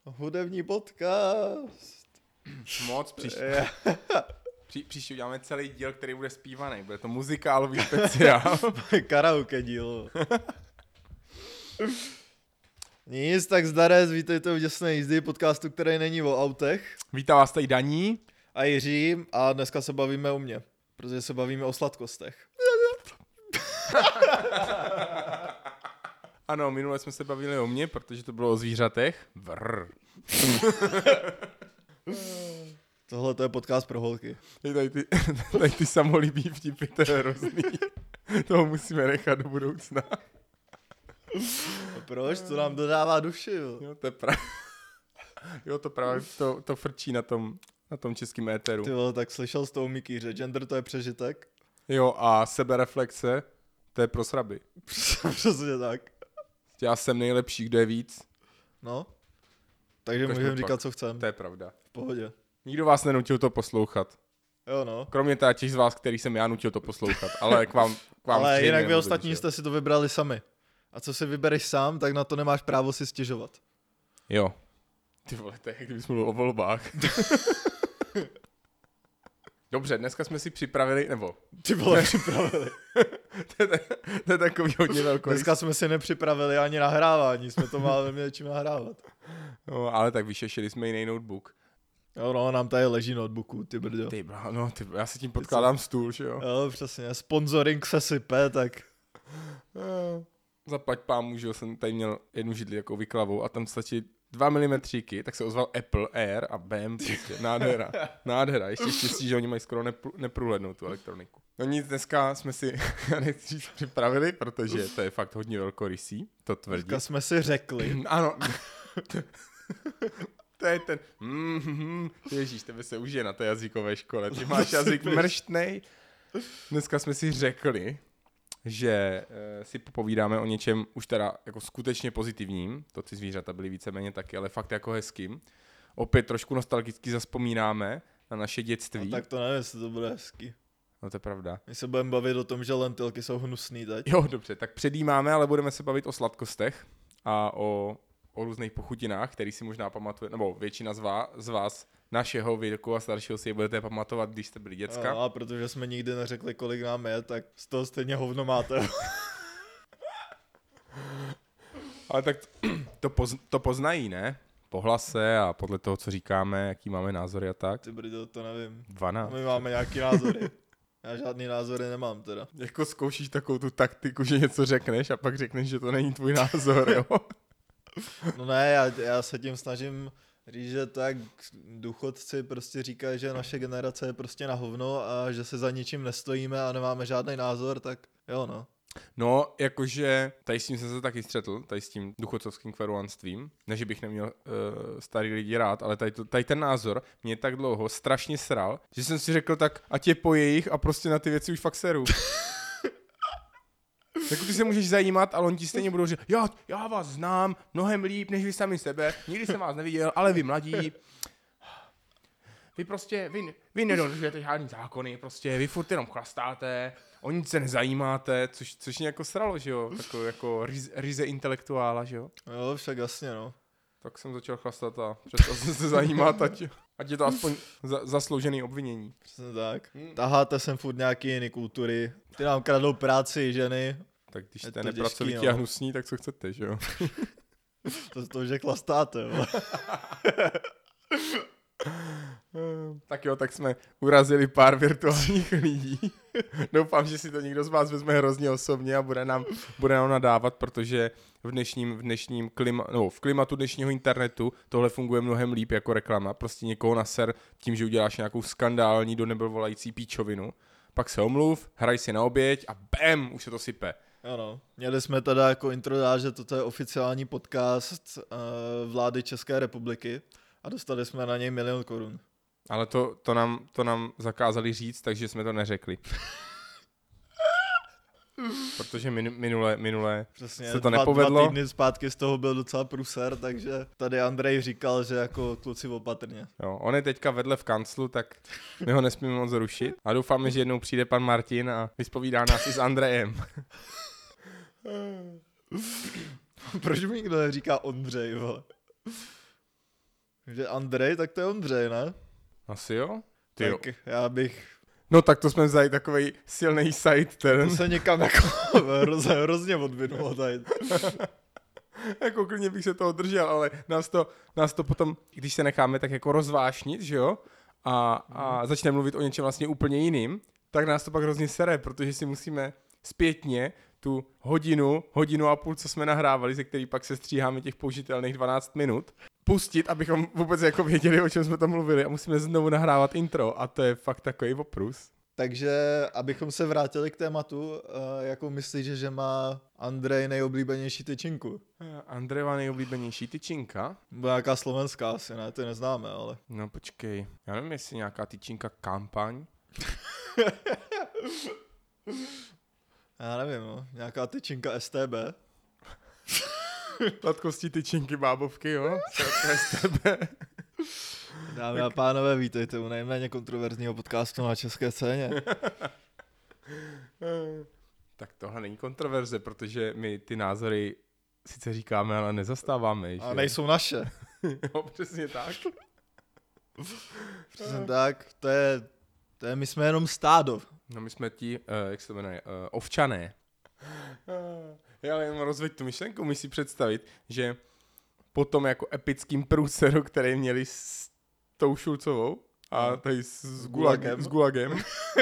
Hudební podcast. Moc příště uděláme celý díl, který bude zpívaný. Bude to muzikálový speciál. Karaoke díl. Nic, tak zdarec, vítejte u Děsné jízdy, podcastu, který není o autech. Vítá vás tady Daní. A Jiří, a dneska se bavíme o mně, protože se bavíme o sladkostech. Ano, minule jsme se bavili o mně, protože to bylo o zvířatech. Vrr. Tohle to je podcast pro holky. Tady ty samolibý vtipy, to je hrozný. Toho musíme nechat do budoucna. A proč? To nám dodává duši, jo. Jo, to právě to frčí na tom českém éteru. Ty vole, tak slyšel z toho Mikýře, gender to je přežitek. Jo, a sebereflexe, to je pro sraby. Přesně tak. Já jsem nejlepší, kdo je víc. No, takže můžeme říkat, co chceme. To je pravda. V pohodě. Nikdo vás nenutil to poslouchat. Jo, no. Kromě těch z vás, který jsem já nutil to poslouchat. Ale k vám ale jinak vy ostatní jste si to vybrali sami. A co si vybereš sám, tak na to nemáš právo si stěžovat. Jo. Ty vole, to je jak kdybych mluvil o volbách. Dobře, dneska jsme si připravili, nebo... Ty vole, připravili. to je takový hodně velkorysost. Dneska jsme si nepřipravili ani nahrávání, jsme to máli neměli čím nahrávat. No, ale tak vyšešili jsme jiný notebook. Jo, no, nám tady leží notebooku, ty brďo. Já si tím podkládám stůl, že jo? Jo, přesně, sponsoring se sype, tak... Zaplať pámu, že jo, jsem tady měl jednu židli jako vyklavou a tam stačí 2 mm, tak se ozval Apple Air a bam, prostě, nádhera, ještě štěstí, že oni mají skoro neprůhlednou tu elektroniku. No nic, dneska jsme si nechci říct připravili, protože to je fakt hodně velkorysý, to tvrdí. Dneska jsme si řekli. Ano. To je ten, ježíš, tebe se užije na té jazykové škole, ty máš jazyk mrštnej. Dneska jsme si řekli, že si popovídáme o něčem už teda jako skutečně pozitivním, to ty zvířata byly víceméně taky, ale fakt jako hezkým. Opět trošku nostalgicky zazpomínáme na naše dětství. No, tak to nevím, jestli to bude hezky. No to je pravda. My se budeme bavit o tom, že lentilky jsou hnusný teď. Jo, dobře, tak předjímáme, ale budeme se bavit o sladkostech a o různých pochutinách, který si možná pamatuje, nebo většina z vás našeho věku a staršího si je budete pamatovat, když jste byli děcka. No, a protože jsme nikdy neřekli, kolik nám je, tak z toho stejně hovno máte. Ale tak to poznají, ne? Po hlase a podle toho, co říkáme, jaký máme názory a tak. Ty brďo, to nevím. 12. My máme nějaký názory. Já žádný názory nemám teda. Jako zkoušíš takovou tu taktiku, že něco řekneš a pak řekneš, že to není tvůj názor, jo? No ne, já se tím snažím říct, že tak důchodci prostě říkají, že naše generace je prostě na hovno a že se za ničím nestojíme a nemáme žádný názor, tak jo no. No, jakože tady s tím jsem se taky střetl, tady s tím důchodcovským kveruanstvím, ne, že bych neměl starý lidi rád, ale tady ten názor mě tak dlouho strašně sral, že jsem si řekl tak, ať je po jejich a prostě na ty věci už fakt seru. Jako ty se můžeš zajímat, ale oni ti stejně budou říkat, já vás znám mnohem líp, než vy sami sebe, nikdy jsem vás neviděl, ale vy mladí, vy nedodržujete žádný zákony, prostě vy furt jenom chlastáte, o nic se nezajímáte, což mě jako sralo, že jo, takový jako ryze intelektuála, že jo. Jo, však jasně no. Tak jsem začal chlastat a přestal jsem se zajímat, ať je to aspoň zasloužený obvinění. Přesně tak. Taháte sem furt nějaký jiný kultury, ty nám kradou práci, ženy. Tak když jste nepracovití a hnusní, tak co chcete, že jo? To už je chlastáte, jo. Tak jo, tak jsme urazili pár virtuálních lidí. Doufám, že si to někdo z vás vezme hrozně osobně a bude nám nadávat, protože v klimatu dnešního internetu tohle funguje mnohem líp jako reklama. Prostě někoho naser tím, že uděláš nějakou skandální do nebe volající píčovinu. Pak se omluv, hraj si na oběť a bam, už se to sype. Ano, měli jsme teda jako intro dát, že toto je oficiální podcast vlády České republiky a dostali jsme na něj 1 000 000 korun. Ale to nám zakázali říct, takže jsme to neřekli. Protože minule přesně, se to nepovedlo. 2 týdny zpátky z toho byl docela pruser, takže tady Andrej říkal, že jako kluci opatrně. Jo, on je teďka vedle v kanclu, tak my ho nesmíme moc rušit. A doufáme, že jednou přijde pan Martin a vyspovídá nás i s Andrejem. Proč mi nikdo neříká Ondřej, vole? Že Andrej, tak to je Ondřej, ne? Asi jo? Tak já bych... No tak to jsme vzali takovej silný site ten. To se někam jako hrozně odvinulo tady. Jako klidně bych se toho držel, ale nás to potom, když se necháme tak jako rozvášnit, že jo? A začneme mluvit o něčem vlastně úplně jiným, tak nás to pak hrozně sere, protože si musíme zpětně tu hodinu a půl, co jsme nahrávali, ze který pak se stříháme těch použitelných 12 minut, pustit, abychom vůbec jako věděli, o čem jsme tam mluvili a musíme znovu nahrávat intro a to je fakt takový oprus. Takže, abychom se vrátili k tématu, jakou myslíš, že má Andrej nejoblíbenější tyčinku? Andrejova nejoblíbenější tyčinka? Byla nějaká slovenská asi, ne? Ty neznáme, ale... No počkej, já nevím, jestli nějaká tyčinka kampaň. Já nevím, no. Nějaká tyčinka STB. Sladkosti tyčinky bábovky, jo? STB. Dámy a pánové, vítejte u nejméně kontroverzního podcastu na české scéně. Tak tohle není kontroverze, protože my ty názory sice říkáme, ale nezastáváme. A nejsou naše. Jo, přesně tak. Přesně tak, to je, my jsme jenom stádo. No my jsme ti, jak se to jmenuje, ovčané. Já jenom rozveď tu myšlenku, musí si představit, že po tom jako epickým průseru, který měli s tou Šulcovou a tady s Gulagem,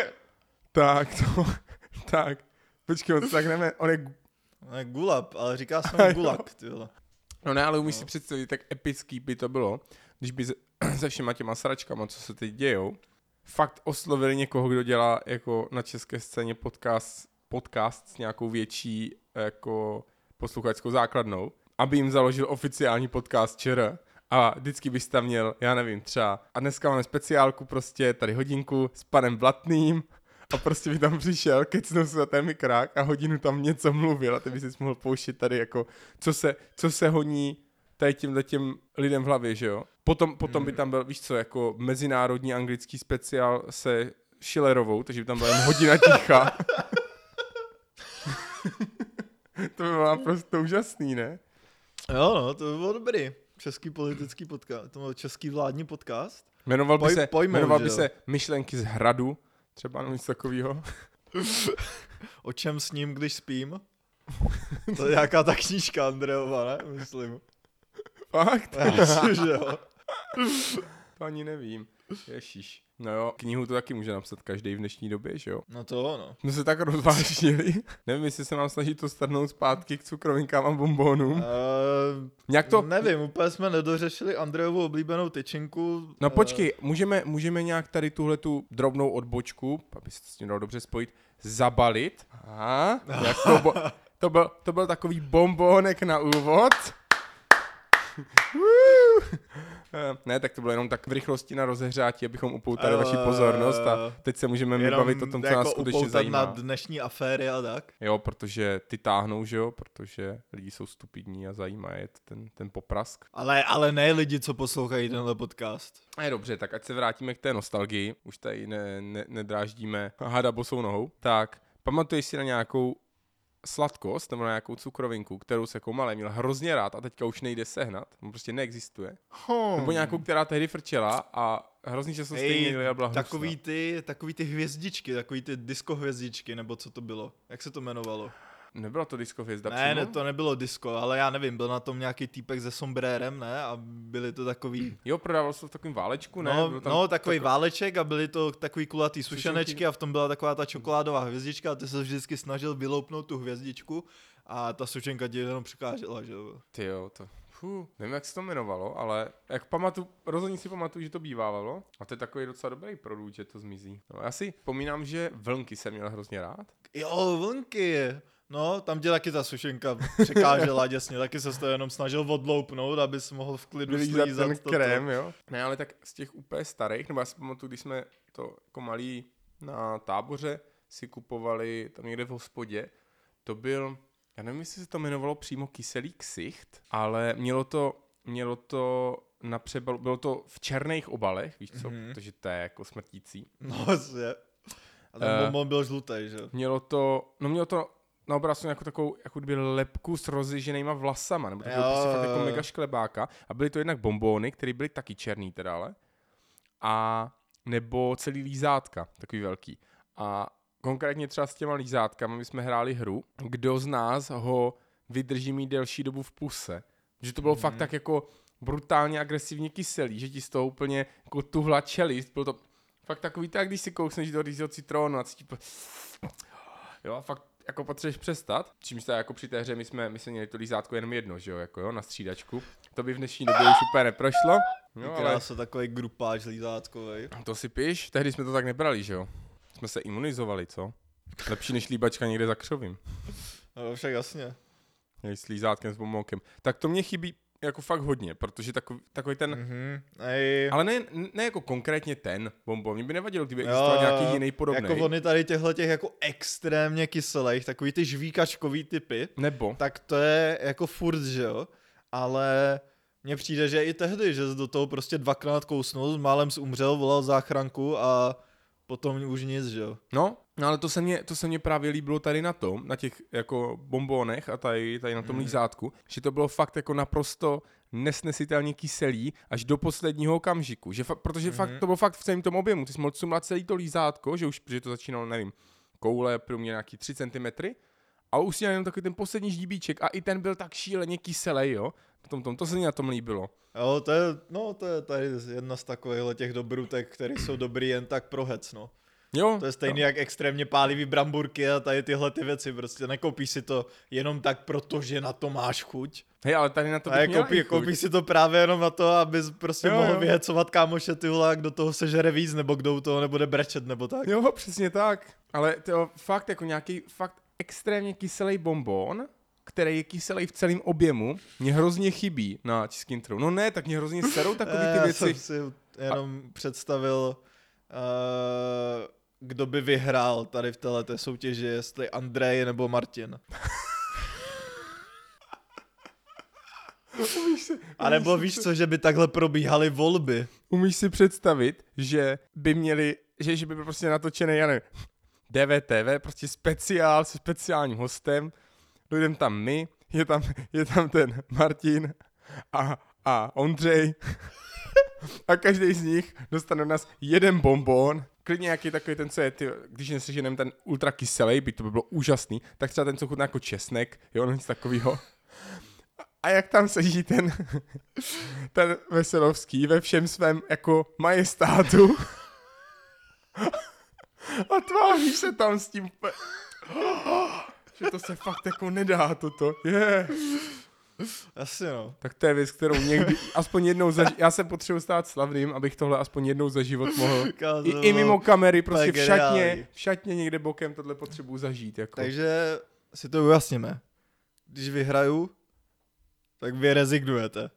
tak, počkej, on to tak nevím, on je Gulab, ale říká se mu Gulag, ty vole. No ne, ale umíš si představit, tak epický by to bylo, když by se všema těma sračkama, co se teď dějou, fakt oslovili někoho, kdo dělá jako na české scéně podcast s nějakou větší jako posluchačskou základnou, aby jim založil oficiální podcast ČR a vždycky bys tam měl, já nevím, třeba a dneska máme speciálku prostě tady hodinku s panem Blatným a prostě by tam přišel, kecnul se za ten mikrák a hodinu tam něco mluvil a ty bys si mohl pouštět tady jako, co se honí tady těm lidem v hlavě, že jo. Potom by tam byl, víš co, jako mezinárodní anglický speciál se Schillerovou, takže by tam byla jen hodina ticha. To by bylo prostě úžasný, ne? Jo, no, to by bylo dobrý. Český politický podcast, to byl český vládní podcast. Jmenoval by se Myšlenky z hradu, třeba něco takového. O čem s ním, když spím? To je nějaká ta knížka Andrejova, ne? Myslím. Fakt? Já myslím, že jo. To ani nevím. Ježíš. No jo, knihu to taky může napsat každý v dnešní době, že jo? No to ono. My se tak rozvážnili. Nevím, jestli se mám snažit to strhnout zpátky k cukrovinkám a bonbonům. Jak to? Nevím, úplně jsme nedořešili Andrejovu oblíbenou tyčinku. No počkej, můžeme nějak tady tuhletu drobnou odbočku, aby se to s tím dalo dobře spojit, zabalit. Aha, jak to byl takový bonbónek na úvod. Ne, tak to bylo jenom tak v rychlosti na rozehřátí, abychom upoutali vaši pozornost a teď se můžeme bavit o tom, co jako nás skutečně zajímá. Na dnešní aféry a tak. Jo, protože ty táhnou, že jo, protože lidi jsou stupidní a zajímá je ten poprask. Ale ne lidi, co poslouchají tenhle podcast. Je dobře, tak ať se vrátíme k té nostalgii, už tady nedráždíme hada bosou nohou. Tak, pamatuješ si na nějakou sladkost nebo na nějakou cukrovinku, kterou se jako malé měl hrozně rád a teďka už nejde sehnat, prostě neexistuje. Nebo nějakou, která tehdy frčela a hrozně často stejně byla hnusná. Takový ty hvězdičky, takový ty disco hvězdičky, nebo co to bylo? Jak se to jmenovalo? Nebyla to disco hvězda přímo? Ne, to nebylo disco, ale já nevím, byl na tom nějaký týpek se sombrérem, ne? A byly to takový... Jo, prodával se to v takovým válečku, ne? Takový váleček a byly to takový kulatý sušenečky a v tom byla taková ta čokoládová hvězdička a ty se vždycky snažil vyloupnout tu hvězdičku a ta sušenka ti jenom překážela, že jo? Ty jo, to... nevím, jak se to jmenovalo, ale rozhodně si pamatuju, že to bývávalo a to je takový docela dobrý produkt, že to zmizí. No, já si vzpomínám, že vlnky jsem měl hrozně rád. Jo, vlnky. No, tam tě taky ta sušenka překážela děsně, taky se to jenom snažil odloupnout, abys mohl v klidu slízat ten krém, jo. Ne, ale tak z těch úplně starých, nebo já si pamatuju, když jsme to jako malí na Táboře si kupovali tam někde v hospodě, to byl, já nevím, jestli se to jmenovalo přímo kyselý ksicht, ale mělo to na přebalu, bylo to v černých obalech, víš co, protože to je jako smrtící. No, je. A ten bonbon byl žlutý, že? Mělo to na obrázku jako takovou jako kdyby lepku s rozježenýma vlasama, nebo takovou prostě fakt jako mega šklebáka. A byly to jednak bonbóny, které byly taky černý teda, ale. A nebo celý lízátka, takový velký. A konkrétně třeba s těma lízátkama my jsme hráli hru, kdo z nás ho vydrží mít delší dobu v puse. Že to bylo fakt tak jako brutálně agresivně kyselý, že ti z toho úplně jako tuhla čelist. Bylo to fakt takový tak, když si kousneš do rýžího citronu a cítíš, jo, a fakt jako potřebuješ přestat. Čímž teda jako při té hře my jsme měli to lízátko jenom jedno, že jo, jako jo, na střídačku. To by v dnešní době už úplně neprošlo. No, ale se takový grupáč lízátkovej. To si píš, tehdy jsme to tak nebrali, že jo. Jsme se imunizovali, co? Lepší než líbačka někde za křovím. No však jasně. S lízátkem, s bombonkem. Tak to mě chybí jako fakt hodně, protože takový ten... Ale ne jako konkrétně ten bonbon. Mě by nevadilo, kdyby existoval nějaký jiný podobný. Jako oni tady těch jako extrémně kyselých, takový ty žvíkačkový typy. Nebo? Tak to je jako furt, že jo. Ale mně přijde, že i tehdy, že do toho prostě dvakrát kousnul, málem umřel, volal záchranku a potom už nic, že jo. No, ale to se mě právě líbilo tady na tom, na těch jako bombónech a tady na tom lízátku, že to bylo fakt jako naprosto nesnesitelně kyselý až do posledního okamžiku, že protože fakt to bylo fakt v celém tom objemu, ty jsi mohl cumlat celý to lízátko, že už protože to začínalo, nevím, koule pro mě nějaký 3 cm a už si jenom takový ten poslední ždíbíček a i ten byl tak šíleně kyselý, jo. To se mi na tom líbilo. Jo, to je tady jedna z takových těch dobrutek, které jsou dobrý jen tak pro hec, no. Jo. To je stejný jak extrémně pálivý bramburky a tady tyhle ty věci, prostě nekoupíš si to jenom tak, protože na to máš chuť. Hej, ale tady na to bych měl koupíš si to právě jenom na to, abys prostě mohl vyhecovat kámoše tyhle, kdo toho sežere víc, nebo kdo u toho nebude brečet, nebo tak. Jo, přesně tak. Ale to fakt jako nějaký fakt extrémně kyselý bonbon, který je kyselý v celém objemu, mě hrozně chybí na českým trhu. No ne, tak mě hrozně serou takový ty věci. Já jsem si jenom představil, kdo by vyhrál tady v této soutěži, jestli Andrej nebo Martin. A nebo víš co, že by takhle probíhaly volby. Umíš si představit, že by měli, že by byl prostě natočený, já nevím, DVTV, prostě speciál se speciálním hostem, dojdem tam my, je tam ten Martin a Ondřej a každý z nich dostane od nás jeden bonbon, klidně nějaký takový ten, co je, když neseženem ten ultra kyselý, by to by bylo úžasný, tak třeba ten, co chutná jako česnek, jo, nic takovýho. A jak tam sedí ten Veselovský ve všem svém jako majestátu a tváří se tam s tím že to se fakt jako nedá toto. Asi no. Tak to je věc, kterou někdy, aspoň jednou já jsem potřebuji stát slavným, abych tohle aspoň jednou za život mohl. I mimo kamery, prostě v šatně někde bokem tohle potřebuji zažít. Jako. Takže si to ujasníme. Když vyhraju, tak vy rezignujete.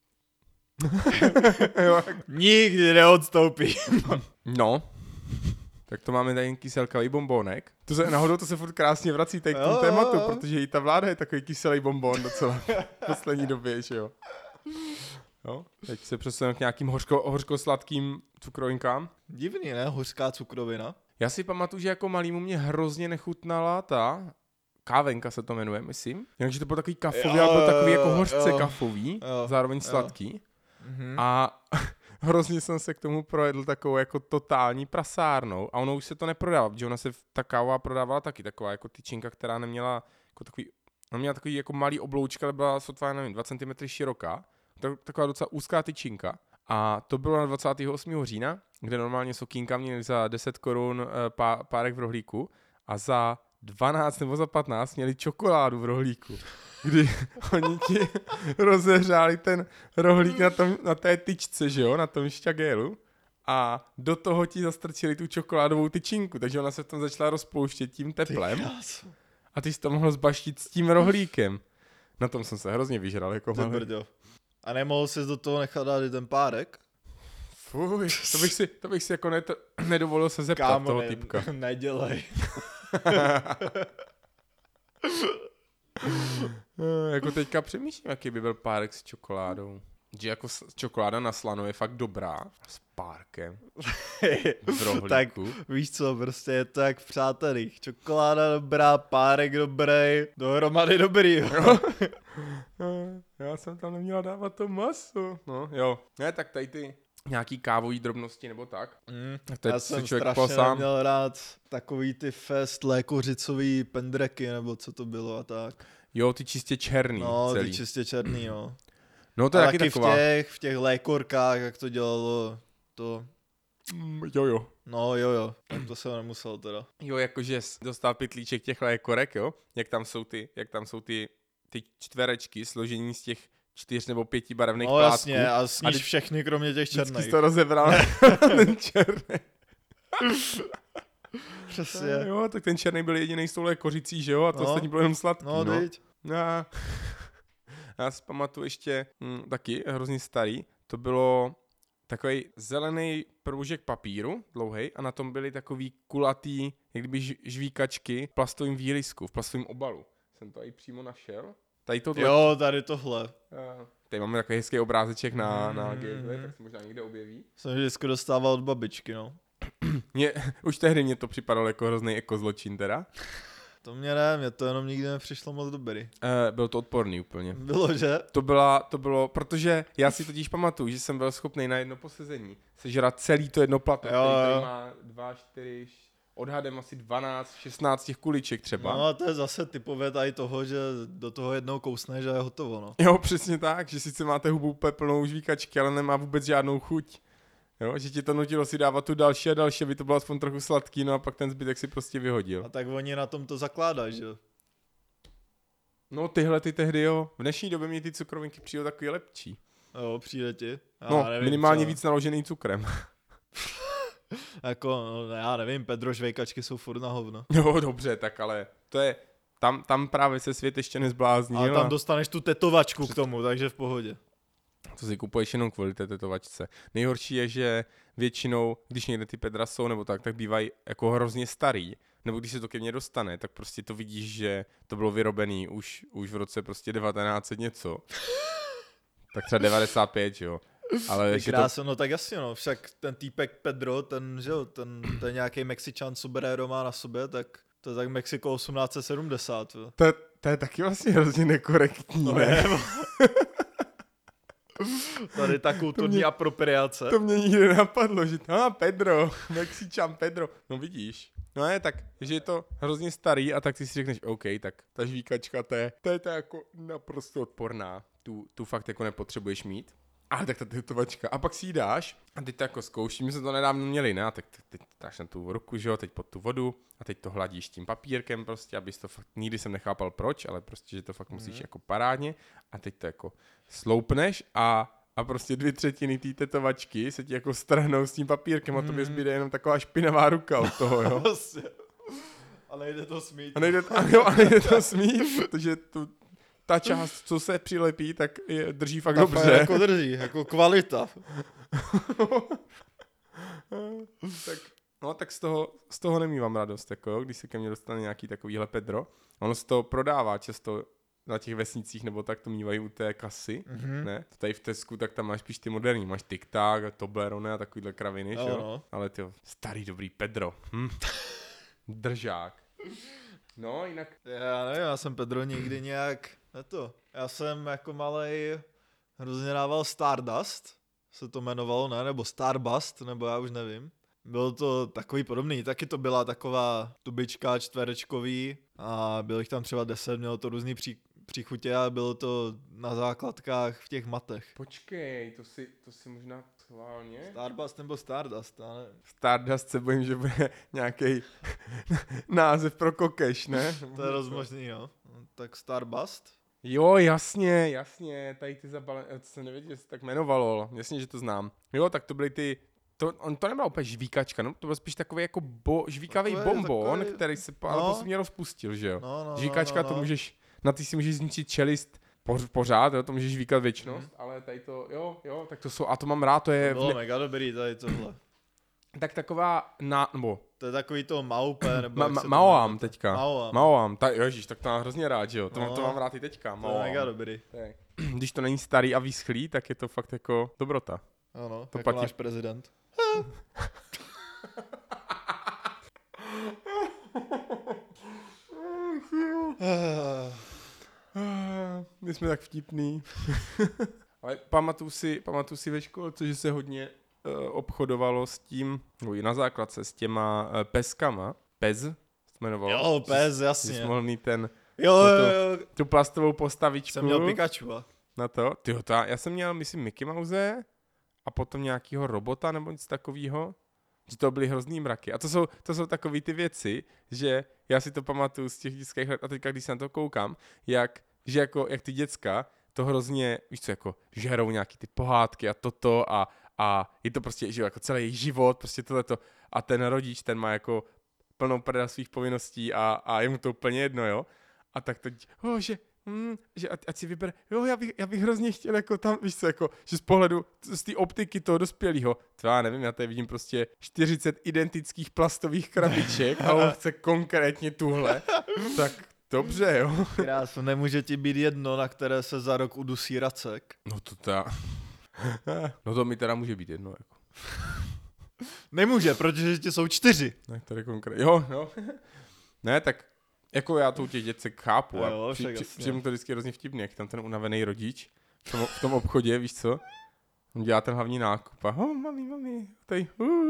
Nikdy neodstoupím. No. Tak to máme tady kyselkavý bonbónek. Náhodou to se furt krásně vrací tady k tomu tématu, protože i ta vláda je takový kyselý bonbón docela v poslední době, že jo. No, teď se přesuneme k nějakým hořko-sladkým cukrovinkám. Divný, ne? Hořká cukrovina. Já si pamatuju, že jako malýmu mě hrozně nechutnala ta kávenka se to jmenuje, myslím. Jinak, že to byl takový kafový, ale byl takový jako hořce kafový, zároveň sladký. A hrozně jsem se k tomu projedl takovou jako totální prasárnou a ono už se to neprodává, protože ona se ta káva prodávala taky, taková jako tyčinka, která neměla jako takový, ona měla takový jako malý obloučka, ale byla sotva, nevím, 2 cm široká, taková docela úzká tyčinka. A to bylo na 28. října, kde normálně sokínka měli za 10 korun párek v rohlíku a za 12 nebo za 15 měli čokoládu v rohlíku, kdy oni ti rozehřáli ten rohlík na té tyčce, že jo, na tom šťagélu a do toho ti zastrčili tu čokoládovou tyčinku, takže ona se v tom začala rozpouštět tím teplem a ty jsi to mohl zbaštit s tím rohlíkem. Na tom jsem se hrozně vyžral jako malý. A nemohl jsi do toho nechat dát i ten párek? Fuj, to bych si jako nedovolil se zeptat. Kámo, toho typka. Nedělej. Jako teďka přemýšlím, jaký by byl párek s čokoládou. že jako čokoláda na slano je fakt dobrá. S párkem. V rohlíku. Tak víš co, prostě je to jak v Přátelích. Čokoláda dobrá, párek dobrý, dohromady dobrý. Jo. Já jsem tam neměla dávat to maso. No jo. Ne, tak tady ty nějaký kávový drobnosti nebo tak. Já jsem strašně neměl rád takový ty fest lékořicový pendreky, nebo co to bylo a tak. Jo, ty čistě černý no, celý. Ty čistě černý, jo. No to je taky taková. v těch lékorkách, jak to dělalo to... Jo. No jo, tak to jsem nemusel teda. Jo, jakože dostal pytlíček těch lékorek, jo? Jak tam jsou ty čtverečky složení z těch 4 nebo 5 barevných plátků. No jasně, a sníš všechny, kromě těch černých. Vždycky jsi to rozebral ten černý. Přesně. Jo, tak ten černý byl jedinej s tou lékořicí, že jo? A to ostatní bylo jenom sladký, no. Teď. Já si pamatuju ještě taky hrozně starý. To bylo takový zelený proužek papíru, dlouhej, a na tom byly takový kulatý, jak kdyby žvíkačky v plastovém výlisku, v plastovém obalu. Jsem to tady přímo našel. Tady tohle. Jo, tady tohle. Tady máme takový hezký obrázeček na Gateway, tak se možná někde objeví. Jsem vždycky dostával od babičky, no. Už tehdy mě to připadalo jako hrozný ekozločin teda. To mě to jenom nikdy nepřišlo moc dobrý. Byl to odporný úplně. Bylo, že? To bylo, protože já si totiž pamatuju, že jsem byl schopný na jedno posezení sežrat celý to jedno plato, který má 2, 4, odhadem asi 12, 16 těch kuliček třeba. No a to je zase typové tady toho, že do toho jednou kousneš a je hotovo, no. Jo, přesně tak, že sice máte hubu úplně plnou žvíkačky, ale nemá vůbec žádnou chuť. Jo, že ti to nutilo si dávat tu další a další, aby to bylo aspoň trochu sladký, no a pak ten zbytek si prostě vyhodil. A tak oni na tom to zakládají, že jo? No tyhle ty tehdy jo, v dnešní době mě ty cukrovinky přijdou takový lepší. Jo, přijde ti? Nevím, minimálně víc naložený cukrem. Jako, no, já nevím, Pedro žvejkačky jsou furt na hovno. Jo, dobře, tak ale to je, tam právě se svět ještě nezbláznil. Ale tam dostaneš tu tetovačku k tomu, takže v pohodě. To si kupuješ jenom kvůli té tetovačce. Nejhorší je, že většinou, když někde ty Pedra jsou nebo tak bývají jako hrozně starý. Nebo když se to ke mně dostane, tak prostě to vidíš, že to bylo vyrobený už v roce prostě 1900 něco. Tak třeba 95, jo. Ale krásno, no tak jasně, no. Však ten týpek Pedro, ten je nějaký Mexičan, sombrero má na sobě, tak to je tak Mexiko 1870. Jo. To je taky vlastně hrozně nekorektní, no, ne? Tady ta kulturní apropriace. To mě nikdy nenapadlo, že Pedro, Mexičan Pedro. No vidíš. No je tak, že je to hrozně starý a tak ty si řekneš, OK, tak ta žvíkačka, to je jako naprosto odporná. Tu fakt jako nepotřebuješ mít. Ale tak ta tetovačka. A pak si ji dáš a teď to jako zkouším, my jsme to nedávno měli, ne? A tak teď dáš na tu ruku, že jo, teď pod tu vodu a teď to hladíš tím papírkem prostě, abys to fakt, nikdy jsem nechápal proč, ale prostě, že to fakt musíš jako parádně a teď to jako sloupneš a prostě 2/3 té tetovačky se ti jako strhnou s tím papírkem a tobě zbyde jenom taková špinavá ruka od toho, jo. A nejde to smít. A nejde to smít, protože ta část, co se přilepí, tak drží fakt dobře. Jako drží, jako kvalita. tak z toho nemývám radost, jako, když se ke mně dostane nějaký takovýhle Pedro. Ono se to prodává často na těch vesnicích, nebo tak to mývají u té kasy, ne? Tady v Tesku, tak tam máš spíš ty moderní, máš TikTok, Toblerone a takovýhle kraviny, že jo? No. Ale ty starý dobrý Pedro. Držák. No, jinak... Já nevím, já jsem Pedro nikdy nějak... Já jsem jako malej hrozně dával Stardust, se to jmenovalo, ne? Nebo Starbust, nebo já už nevím. Bylo to takový podobný, taky to byla taková tubička čtverečkový a bylo jich tam třeba 10, mělo to různý příchutě a bylo to na základkách v těch matech. Počkej, to si možná schválně? Starbust nebo Stardust, já nevím. Stardust se bojím, že bude nějaký název pro kokeš, ne? To je rozmožný, jo. Tak Starbust? Jo, jasně, tady ty zabalené, to jsem nevěděl, že se tak jmenovalo, jasně, že to znám. Jo, tak to byly ty, to nebyla úplně žvíkačka, no, to byl spíš takový jako žvíkavý bonbon, který se mě rozpustil, že jo. No, žvíkačka, to můžeš, na ty si můžeš zničit čelist pořád, jo, to můžeš žvíkat věčnost, ale tady to, jo, tak to jsou, a to mám rád, to je... To bylo mega dobrý tady tohle. Tak taková, nebo... To je takový to Maupe, nebo Maoam teďka. Maoam. Ježíš, tak to mám hrozně rád, že jo, to mám rád i teďka. To je mega dobrý. když to není starý a vyschlý, tak je to fakt jako dobrota. Ano, To jako platí. náš prezident. My jsme tak vtipný. Ale pamatuju si ve školce, že se hodně obchodovalo s tím, no i na základce, s těma peskama. Pez se jmenovalo. Jo, pes, Že jasně. jsi mohl mít Jo. tu plastovou postavičku. Jsem měl Pikachu. Na to. Já jsem měl, myslím, Mickey Mouse a potom nějakýho robota nebo něco takového. Že to byly hrozný mraky. A to jsou takové ty věci, že já si to pamatuju z těch dětských let a teďka, když se na to koukám, jak ty děcka to hrozně, víš co, jako žerou nějaký ty pohádky a toto a je to prostě, že jako celý jejich život, prostě tohleto. A ten rodič, ten má jako plnou prda svých povinností a je mu to úplně jedno, jo. A tak teď, že ať si vybere, jo, já bych hrozně chtěl jako tam, víš co, jako, že z pohledu, z té optiky toho dospělého, to já nevím, já tady vidím prostě 40 identických plastových krabiček a on chce konkrétně tuhle, tak dobře, jo. Krásu, nemůže ti být jedno, na které se za rok udusí Racek. No to mi teda může být jedno, jako. Nemůže, protože ti jsou 4. Tak tady konkrétně, jo. Ne, tak jako já to u těch děcek chápu Jo, přijde mu to vždycky hrozně vtipný, jak tam ten unavený rodič v tom obchodě, víš co? On dělá ten hlavní nákup a mami, tady,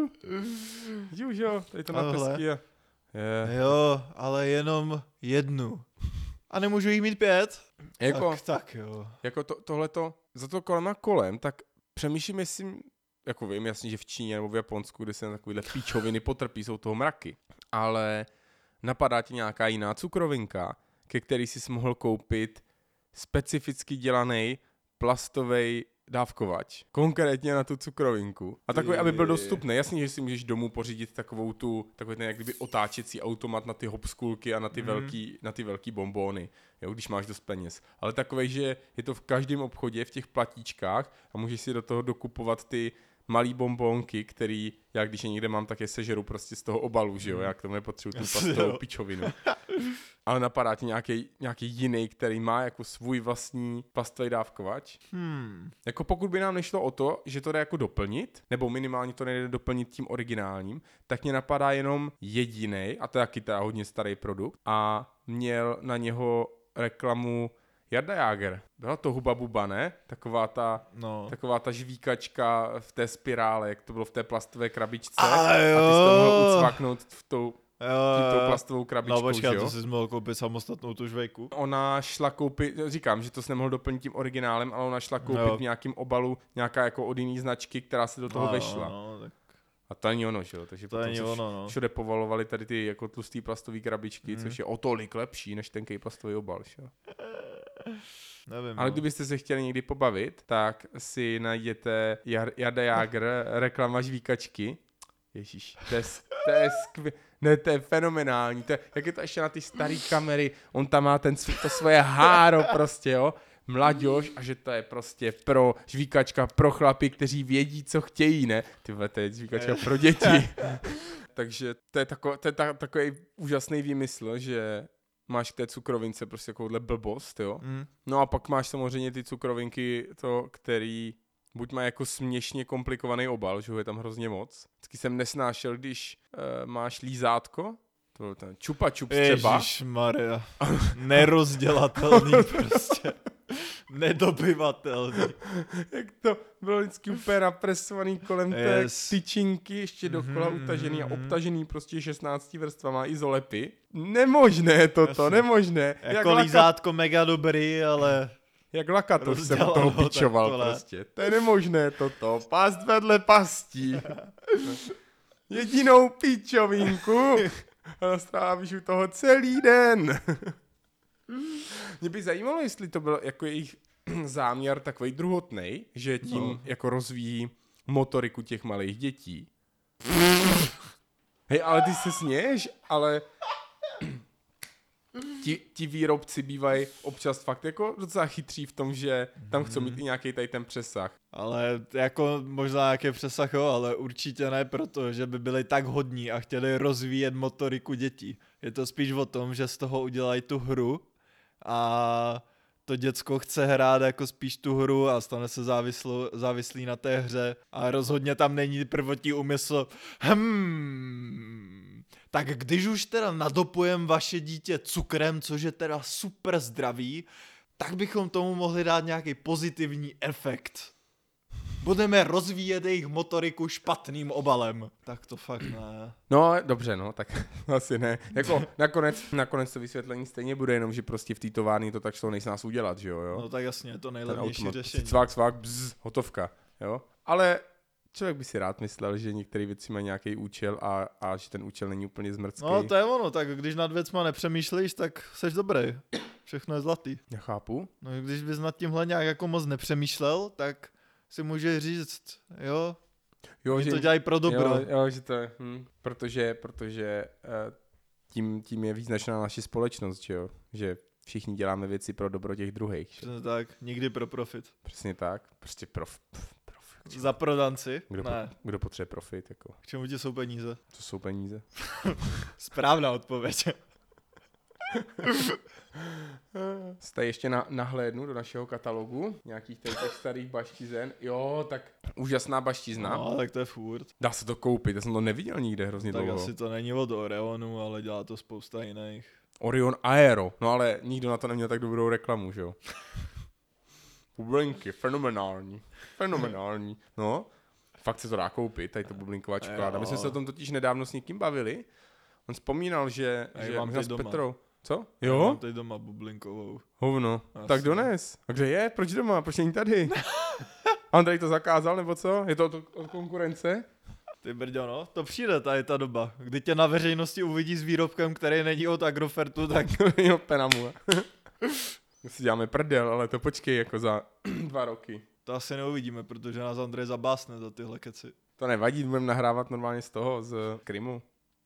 už jo, tady to na pesky a Jo, ale jenom jednu. A nemůžu jich mít 5? Jako, tak jo. Jako tohleto, za to kolem a kolem, tak přemýšlím, jestli, jako vím, jasně, že v Číně nebo v Japonsku, kde se na takovýhle píčoviny potrpí, jsou toho mraky, ale napadá ti nějaká jiná cukrovinka, ke který jsi mohl koupit specificky dělaný plastový dávkovač. Konkrétně na tu cukrovinku. A takový, aby byl dostupný. Jasně, že si můžeš domů pořídit takový ten jak kdyby otáčecí automat na ty hopskulky a na ty velký bonbóny, jo, když máš dost peněz. Ale takovej, že je to v každém obchodě, v těch platíčkách a můžeš si do toho dokupovat ty malý bonbonky, který já když je někde mám, tak je sežeru prostě z toho obalu, že jo, já k tomu nepotřebuji tu plastovou pičovinu. Ale napadá ti nějaký jiný, který má jako svůj vlastní plastový dávkovač. Jako pokud by nám nešlo o to, že to jde jako doplnit, nebo minimálně to nejde doplnit tím originálním, tak mě napadá jenom jedinej, a to je taky teda hodně starý produkt, a měl na něho reklamu Jarda Jágr. Byla to Huba Buba, ne? Taková ta žvíkačka v té spirále, jak to bylo v té plastové krabičce. A ty jsi to mohl ucvaknout v tou plastovou krabičkou, no počkej, že jo? to jsi mohl koupit samostatnou tu žvejku. Ona šla koupit, říkám, že to jsi nemohl doplnit tím originálem, ale ona šla koupit v nějakém obalu nějaká jako od jiný značky, která se do toho vešla. Tak. A to není ono, že jo? Takže to potom není ono. všude povalovali tady ty jako tlustý plastové krabičky, což je o tolik lepší než tenkej plastový obal, že jo? Nevím, ale kdybyste se chtěli někdy pobavit, tak si najděte Jarda Jágr, reklama žvíkačky. Ježíš, to je skvělé. Ne, to je fenomenální. Jak je to ještě na ty staré kamery, on tam má to svoje háro prostě, jo. Mladěž a že to je prostě pro žvíkačka, pro chlapy, kteří vědí, co chtějí, ne? Tyhle, to je žvíkačka pro děti. Takže to je takový úžasný výmysl, že máš k té cukrovince prostě takovouhle blbost, jo. No a pak máš samozřejmě ty cukrovinky, který buď má jako směšně komplikovaný obal, že ho je tam hrozně moc. Vždycky jsem nesnášel, když máš lízátko, to byl ten čupa čup třeba. Ježišmarja, nerozdělatelný prostě. Nedobyvatelný. Jak to bylo vždycky úplně napresovaný kolem té tyčinky, ještě dokola utažený a obtažený prostě 16 vrstvama izolepy. Nemožné toto, nemožné. Jako lízátko mega dobrý, ale... Jak Lakatos jsem toho pičoval prostě. To je nemožné toto. Past vedle pastí. Jedinou pičovinku. A strávíš u toho celý den. Mě by zajímalo, jestli to byl jako jejich záměr takový druhotnej, že tím jako rozvíjí motoriku těch malých dětí. Hej, ale ty se směješ, ale ti výrobci bývají občas fakt jako docela chytří v tom, že tam chcou mít i nějaký tady ten přesah. Ale jako možná nějaký přesah, jo, ale určitě ne proto, že by byli tak hodní a chtěli rozvíjet motoriku dětí. Je to spíš o tom, že z toho udělají tu hru a to děcko chce hrát jako spíš tu hru a stane se závislý na té hře a rozhodně tam není prvotní úmysl tak když už teda nadopujem vaše dítě cukrem, což je teda super zdravý, tak bychom tomu mohli dát nějaký pozitivní efekt. Budeme rozvíjet jejich motoriku špatným obalem. Tak to fakt ne. No, dobře, no, tak asi ne. Jako nakonec to vysvětlení stejně bude, jenom že prostě v té továrně to tak šlo nejs nás udělat, že jo? No tak jasně, je to nejlevnější řešení. Cvák, bzz, hotovka, jo? Ale člověk by si rád myslel, že některé věci mají nějaký účel a že ten účel není úplně zmrcký. No to je ono, tak když nad věcma nepřemýšlíš, tak seš dobrý. Všechno je zlatý. Nechápu. No když bys nad tímhle nějak jako moc nepřemýšlel, tak si můžeš říct, jo, že to dělají pro dobro. Jo, že to je, protože tím je význačná naše společnost, že jo, že všichni děláme věci pro dobro těch druhých. Přesně tak, nikdy pro profit. Přesně tak, prostě profit. Za prodanci? Kdo potřebuje profit, jako. K čemu ti jsou peníze? Co jsou peníze? Správná odpověď. Jste ještě nahlédnu do našeho katalogu nějakých těch starých baštizen. Jo, tak úžasná baštizna. No, tak to je furt. Dá se to koupit, já jsem to neviděl nikde hrozně dlouho. Tak asi to není od Orionu, ale dělá to spousta jiných. Orion Aero, no ale nikdo na to neměl tak dobrou reklamu, že jo? Bublinky, fenomenální. No, fakt se to dá koupit, tady to bublinková čokoláda. My jsme se o tom totiž nedávno s někým bavili. On vzpomínal, že mám s Petrou. Co? Jo? Já mám tady doma bublinkovou. Hovno. Asi. Tak dones. A kde je? Proč doma? Proč není tady? A on tady to zakázal, nebo co? Je to od konkurence? Ty brďo, no, to přijde tady ta doba. Kdy tě na veřejnosti uvidí s výrobkem, který není od Agrofertu, tak... Jo, penamu. My si děláme prdel, ale to počkej jako za 2 roky. To asi neuvidíme, protože nás Andrej zabásne za tyhle keci. To nevadí, budeme nahrávat normálně z toho, z Krymu.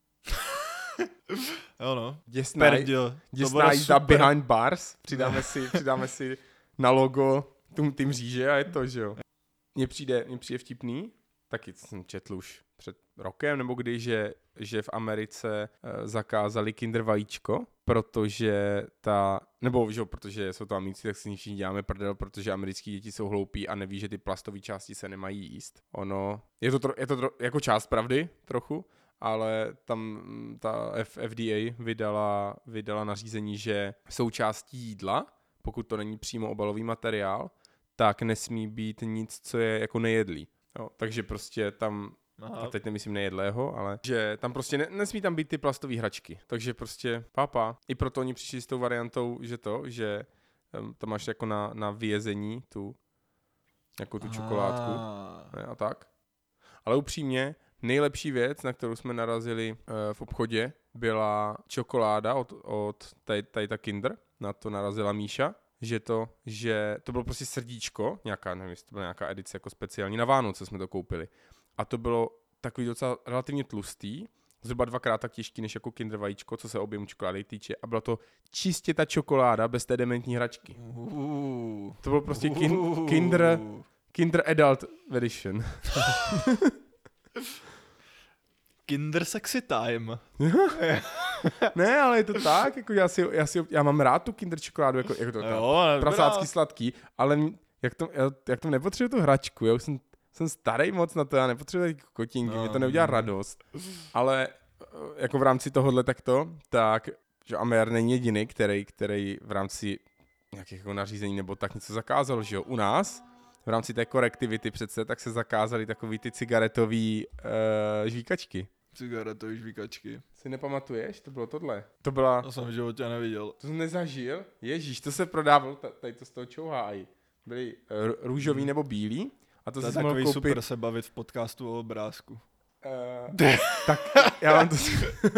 Jo no. Děsná jízda behind bars. Přidáme si na logo tým říže a je to, že jo. Mně přijde vtipný, taky jsem četl už před rokem, nebo kdy, že v Americe zakázali Kinder vajíčko, protože protože jsou to Americi, tak si všichni děláme prdel, protože americký děti jsou hloupí a neví, že ty plastové části se nemají jíst. Ono, je to jako část pravdy trochu, ale tam ta FDA vydala nařízení, že součástí jídla, pokud to není přímo obalový materiál, tak nesmí být nic, co je jako nejedlý. Jo, takže prostě tam, a teď nemyslím nejedlého, ale že tam prostě nesmí tam být ty plastové hračky. Takže prostě pápa. I proto oni přišli s tou variantou, že tam máš jako na vyjezení tu čokoládku. A tak. Ale upřímně, nejlepší věc, na kterou jsme narazili v obchodě, byla čokoláda od tady ta Kinder. Na to narazila Míša. Že to bylo prostě srdíčko, nevím, jestli to byla nějaká edice jako speciální, na Vánoce jsme to koupili. A to bylo takový docela relativně tlustý, zhruba 2x tak těžký než jako Kinder vajíčko, co se objemu čokolády týče. A byla to čistě ta čokoláda bez té dementní hračky. To bylo prostě Kinder Adult Edition. Kinder Sexy Time. Ne, ale je to tak, jako já mám rád tu Kinder čokoládu, jako to prasácky sladký, ale jak to nepotřebuji tu hračku, já už jsem starý moc na to, já nepotřebuji taky kokotinky, mě to neudělá radost. Ale jako v rámci tohohle tak, že Amer není jediný, který v rámci nějakých jako nařízení nebo tak něco zakázal, že jo, u nás v rámci té korektivity přece, tak se zakázaly takový ty cigaretový žvíkačky. Cigaretové žvíkačky. Si nepamatuješ? To bylo tohle. To jsem v životě neviděl. To jsem nezažil? Ježíš, to se prodávalo, tady to z toho čouhájí. Byly růžový nebo bílý. A to je takový koupit... super se bavit v podcastu o obrázku. Tak já vám to...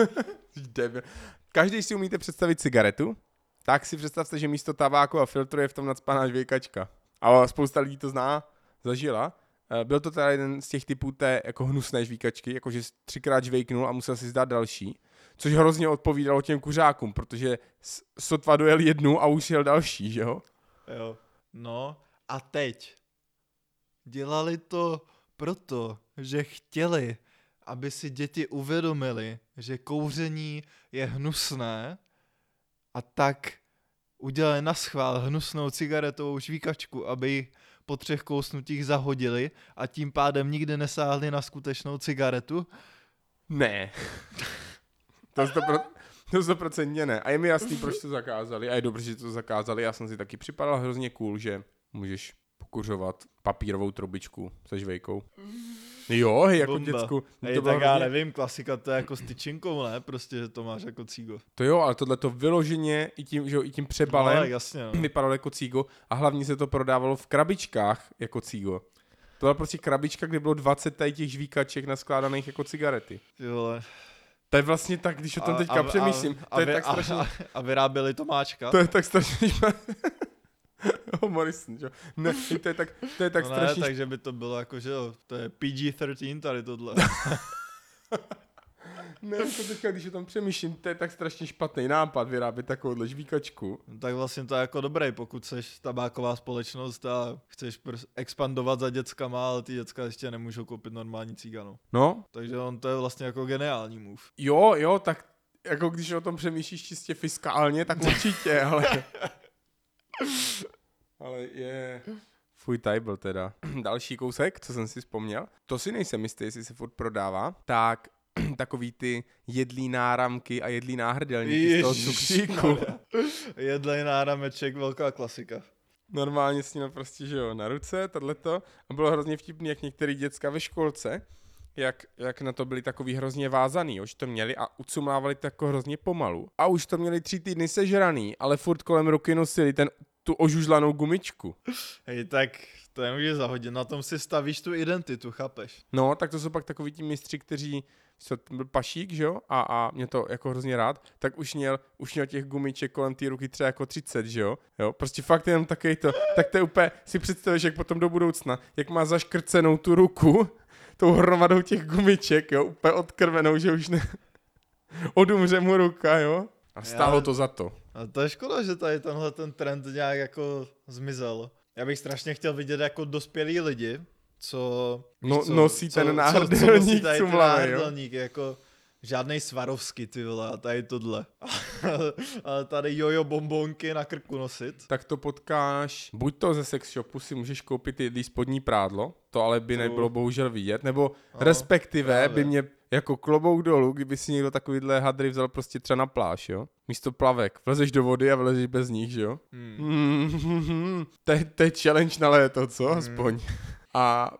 Každý si umíte představit cigaretu, tak si představte, že místo tabáku a filtru je v tom nacpaná žvíkačka. A spousta lidí to zažila. Byl to teda jeden z těch typů té jako hnusné žvíkačky, jakože 3krát žvejknul a musel si zdát další, což hrozně odpovídalo těm kuřákům, protože sotva dojel jednu a už jel další, že jo? Jo, no a teď dělali to proto, že chtěli, aby si děti uvědomili, že kouření je hnusné a tak udělali na schvál hnusnou cigaretovou žvíkačku, aby ji po 3 kousnutích zahodili a tím pádem nikdy nesáhli na skutečnou cigaretu? Ne. To 100% ne. A je mi jasný, proč to zakázali. A je dobře, že to zakázali. Já jsem si taky připadal hrozně cool, že můžeš pokuřovat papírovou trubičku se žvejkou. Jo, hej, jako Bomba. děcku. Hej, tak já nevím, klasika to je jako s tyčinkou, ne? Prostě, že to máš jako cígo. To jo, ale tohle to vyloženě i tím, že jo, i tím No, přebalem ale jasně, no. vypadalo jako cígo a hlavně se to prodávalo v krabičkách jako cígo. To byla prostě krabička, kde bylo 20 tady těch žvíkaček naskládaných jako cigarety. Ty vole. To je vlastně tak, když o tom teďka přemýšlím, to je tak strašně... A vyráběli Tomáčka? To je tak strašně... Humoristný, jo. Ne, to je tak No strašně... ne, takže by to bylo jako, že jo, to je PG-13 tady tohle. Ne, jako teďka, když o tom přemýšlím, to je tak strašně špatný nápad vyrábět takovouhle žvíkačku. No, tak vlastně to je jako dobrý, pokud seš tabáková společnost a chceš expandovat za dětskama, ale ty děcka ještě nemůžou koupit normální cíganu. No, Takže on to je vlastně jako geniální move. jo, tak jako když o tom přemýšlíš čistě fiskálně, tak určitě, ale... Ale je... Fuj tajbl teda. Další kousek, co jsem si vzpomněl, to si nejsem jistý, jestli se furt prodává, tak takový ty jedlý náramky a jedlý náhrdelníky z toho cukříku. Jedlej nárameček, velká klasika. Normálně s ním prostě, že jo, na ruce, tohleto. A bylo hrozně vtipný, jak některý děcka ve školce, jak na to byli takový hrozně vázaný, jo, že to měli a ucumlávali to jako hrozně pomalu. A už to měli 3 týdny sežraný, ale furt kolem ruky nosili tu ožužlanou gumičku. Hej, tak to nemůžeš zahodit, na tom si stavíš tu identitu, chápeš? No, tak to jsou pak takový ti mistři, kteří, co byl pašík, že jo, a mě to jako hrozně rád, tak už měl těch gumiček kolem té ruky třeba jako 30, že jo, prostě fakt jenom takový to, tak to je úplně, si představíš, jak potom do budoucna, jak má zaškrcenou tu ruku, tou hromadou těch gumiček, jo, úplně odkrvenou, že už ne, odumře mu ruka, jo, a stálo to za to. A to je škoda, že tady tenhle ten trend nějak jako zmizel. Já bych strašně chtěl vidět jako dospělí lidi, co nosí ten náhrdelník, co náhrdelník, jako žádnej Swarovski, ty vole, a tady tohle. Ale tady jojo bombonky na krku nosit. Tak to potkáš, buď to ze sex shopu si můžeš koupit jedlý spodní prádlo, to ale by nebylo bohužel vidět, nebo respektive právě by mě jako klobouk dolů, kdyby si někdo takovýhle hadry vzal prostě třeba na pláž, jo? Místo plavek, vlezeš do vody a vlezeš bez nich, že jo? To je challenge na léto, co? Aspoň. A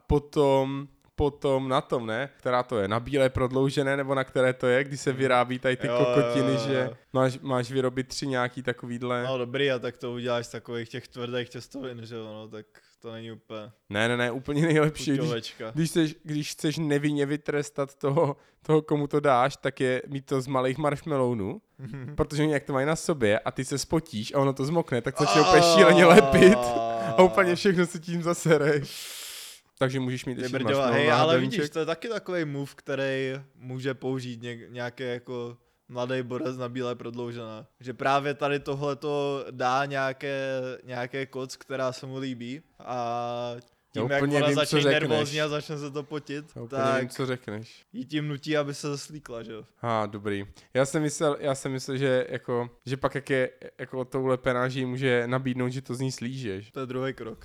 potom na tom, ne? Která to je? Na bílé prodloužené, nebo na které to je, kdy se vyrábí tady ty kokotiny, že máš vyrobit 3 nějaký takovýhle. No dobrý, a tak to uděláš z takových těch tvrdých těstovin, že jo, no, tak to není úplně... Ne, úplně nejlepší. Když chceš nevinně vytrestat toho, komu to dáš, tak je mít to z malých marshmallowů, protože oni jak to mají na sobě a ty se spotíš a ono to zmokne, tak začne úplně šíleně lepit a úplně všechno se tím zasereš. Takže můžeš mít ještě hej, ale vidíš, to je taky takovej move, který může použít nějaký jako mladý borec na bílé prodloužené. Že právě tady tohleto dá nějaké koc, která se mu líbí a tím, jak ona začne nervózně a začne se to potit, tak nevím, co řekneš. Jí tím nutí, aby se zaslíkla, že jo? Dobrý. Já jsem myslel, že pak jak je jako touhle penáží může nabídnout, že to z ní slížeš. To je druhý krok.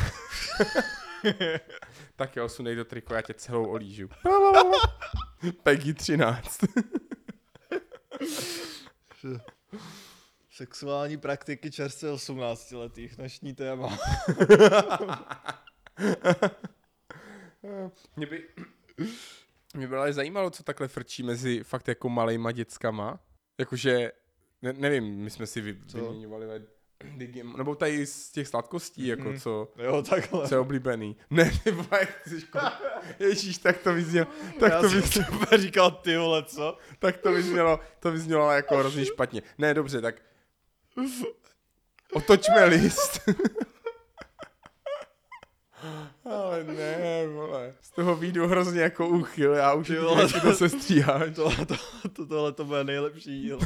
Tak jo, sunej do triko, já tě celou olížu. Peggy 13. Sexuální praktiky čerstvě 18letých, dnešní téma. Mě by ale zajímalo, co takhle frčí mezi fakt jako malejma dětskama. Jakože, nevím, my jsme si vyměňovali nebo tady z těch sladkostí, jako co, jo, takhle. Co je oblíbený. Ne, Ježíš, tak to vyznělo. Jsem říkal, ty vole, co? Tak to vyznělo jako hrozně špatně. Ne, dobře, tak otočme list. Ale ne, vole. Z toho výjdu hrozně jako úchyl, já už nevím, to se stříháš. Tohle to bude nejlepší díl.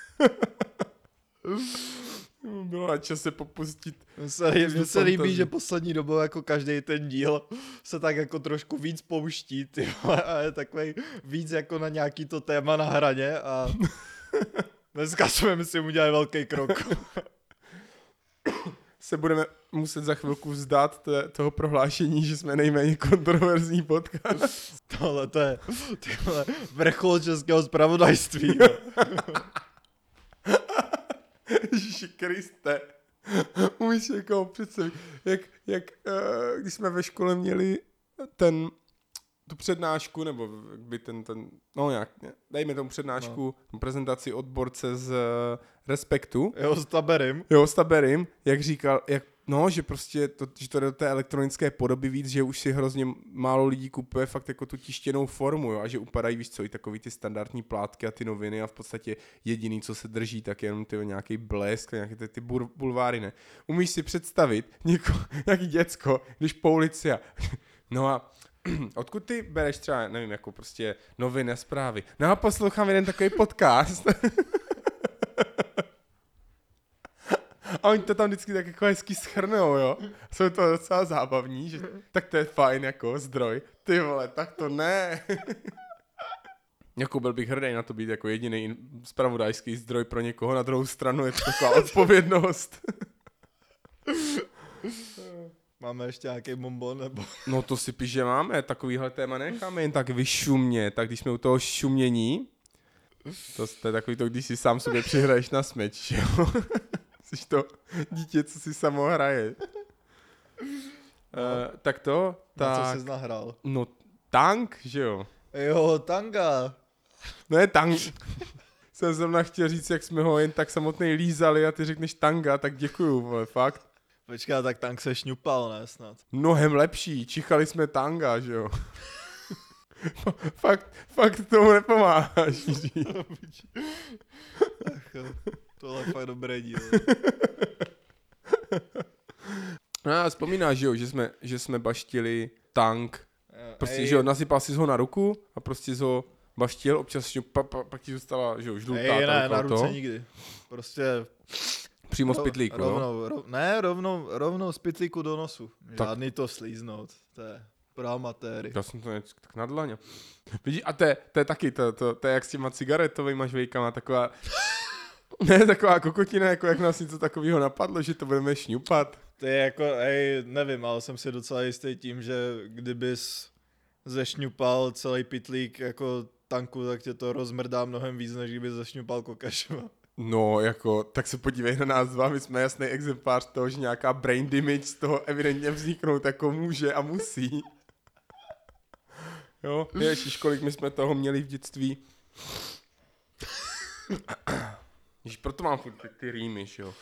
Bylo na čase popustit. Mně se líbí, že poslední dobou jako každý ten díl se tak jako trošku víc pouští, ty vole, a je takový víc jako na nějaký to téma na hraně a dneska jsme, myslím, udělali velký krok. se budeme muset za chvilku vzdát toho prohlášení, že jsme nejméně kontroverzní podcast. Tohle to je vrchol českého zpravodajství. Ježiši Kriste. Umíš si někoho představit, když jsme ve škole měli tu přednášku, nebo by dejme tomu přednášku, prezentaci odborce z Respektu. Jo, s Taberim, jak říkal, že prostě že to jde do té elektronické podoby víc, že už si hrozně málo lidí kupuje fakt jako tu tištěnou formu, jo, a že upadají, víš co, i takový ty standardní plátky a ty noviny a v podstatě jediný, co se drží, tak jenom nějaký blesk, nějaké ty bulváry, ne. Umíš si představit nějaký děcko, když po ulici no a odkud ty bereš třeba, nevím, jako prostě noviny a zprávy? No a poslouchám jeden takový podcast. A oni to tam vždycky tak jako hezky schrnou, jo. Jsou to docela zábavní, že tak to je fajn jako zdroj. Ty vole, tak to ne. Jako byl bych hrdý na to být jako jediný zpravodajský zdroj pro někoho, na druhou stranu je to taková odpovědnost. Máme ještě nějaký bonbon, nebo? No to si píš, že máme, takovýhle téma necháme jen tak vyšumě, tak když jsme u toho šumění, to je takový to, když si sám sobě přihraješ na smeč, jo. Jsi to dítě, co si samo hraje. Tak to, Na co jsi nahrál? No tank, že jo. Jo, tanga. No je tank. Jsem zrovna chtěl říct, jak jsme ho jen tak samotný lízali a ty řekneš tanga, tak děkuju, vole, fakt. Počkej, tak tank se šňupal, ne snad? Mnohem lepší, čichali jsme tanga, že jo. fakt tomu nepomáháš. Ach, tohle je fakt dobré dílo. No a vzpomínáš, že jsme baštili tank, prostě, že jo, nasypal jsi ho na ruku a prostě jsi ho baštil, občas pak ti zůstala, že jo, žlutá. Ne, na ruce nikdy. Prostě... Přímo z pytlíku, rovnou z pytlíku do nosu. Žádný to slíznout, to je pro amatéry. Já jsem to tak na dlaně. Vidíš, a to je taky, to je jak s těma cigaretovýma žvejkama, taková... Ne, taková kokotina, jako jak nás něco takového napadlo, že to budeme šňupat. To je jako, nevím, ale jsem si docela jistý tím, že kdybys zešňupal celý pytlík jako tanku, tak tě to rozmrdá mnohem víc, než kdybys zešňupal kokašova. No, jako, tak se podívej na nás dva, my jsme jasný exemplář toho, že nějaká brain damage z toho evidentně vzniknout jako může a musí. Jo, ježiš, kolik my jsme toho měli v dětství. Ježiš, proto mám furt ty rýmy, jo.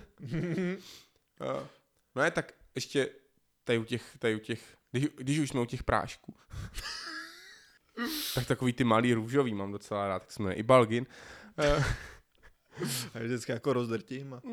No je tak ještě tady u těch, když už jsme u těch prášků, tak takový ty malý růžový mám docela rád, tak jsme i Balgin. A vždycky jako rozdrtím. A...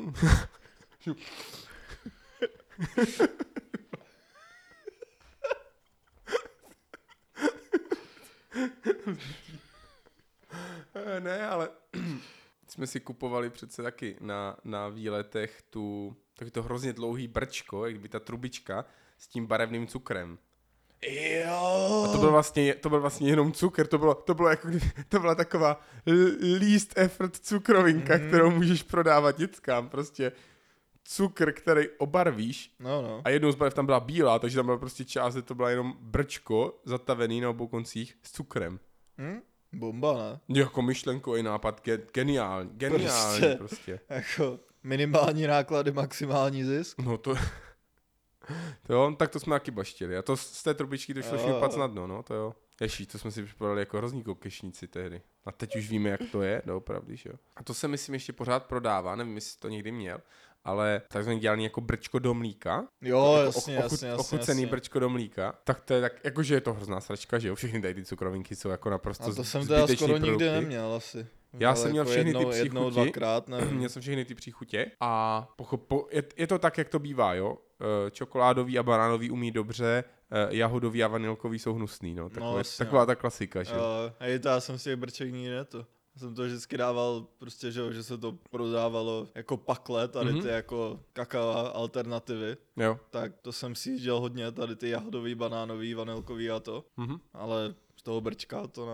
Ne, ale jsme si kupovali přece taky na výletech taky to hrozně dlouhý brčko, jak by ta trubička s tím barevným cukrem. Jo. A to byl vlastně jenom cukr, to bylo jako to byla taková least effort cukrovinka, kterou můžeš prodávat dětskám, prostě cukr, který obarvíš. No. A jednou z barev tam byla bílá, takže tam byla prostě část, to byla jenom brčko zatavený na obou koncích s cukrem. Bomba, ne? Jako myšlenkový nápad, geniální prostě. Jako minimální náklady, maximální zisk. No to jo, tak to jsme taky baštili. A to z té trubičky to šlo šňupat snadno, no to jo. Ježí, to jsme si připadali jako hrozný koukešníci tehdy. A teď už víme, jak to je, doopravdy, že jo. A to se myslím ještě pořád prodává, nevím, jestli to někdy měl, ale takzvaný dělaný jako brčko do mlíka. Jo, jako jasně. Ochucený brčko do mlíka. Tak to je tak, jakože je to hrozná sračka, že jo. Všechny tady ty cukrovinky jsou jako naprosto zbytečný. A to jsem teda skoro nikdy neměl asi. Já jsem měl jako všechny ty příchuti. Jednou, dvakrát, nevím. Měl jsem všechny ty příchutě a je to tak, jak to bývá, jo. Čokoládový a banánový umí dobře, jahodový a vanilkový jsou hnusný, no. Taková ta klasika, že jo. To já jsem si těch brček nikdy neto. Jsem to vždycky dával prostě, že se to prodávalo jako pakle, tady ty jako kakao alternativy. Jo. Tak to jsem si dělal hodně, tady ty jahodový, banánový, vanilkový a to. Ale z toho brčka to ne.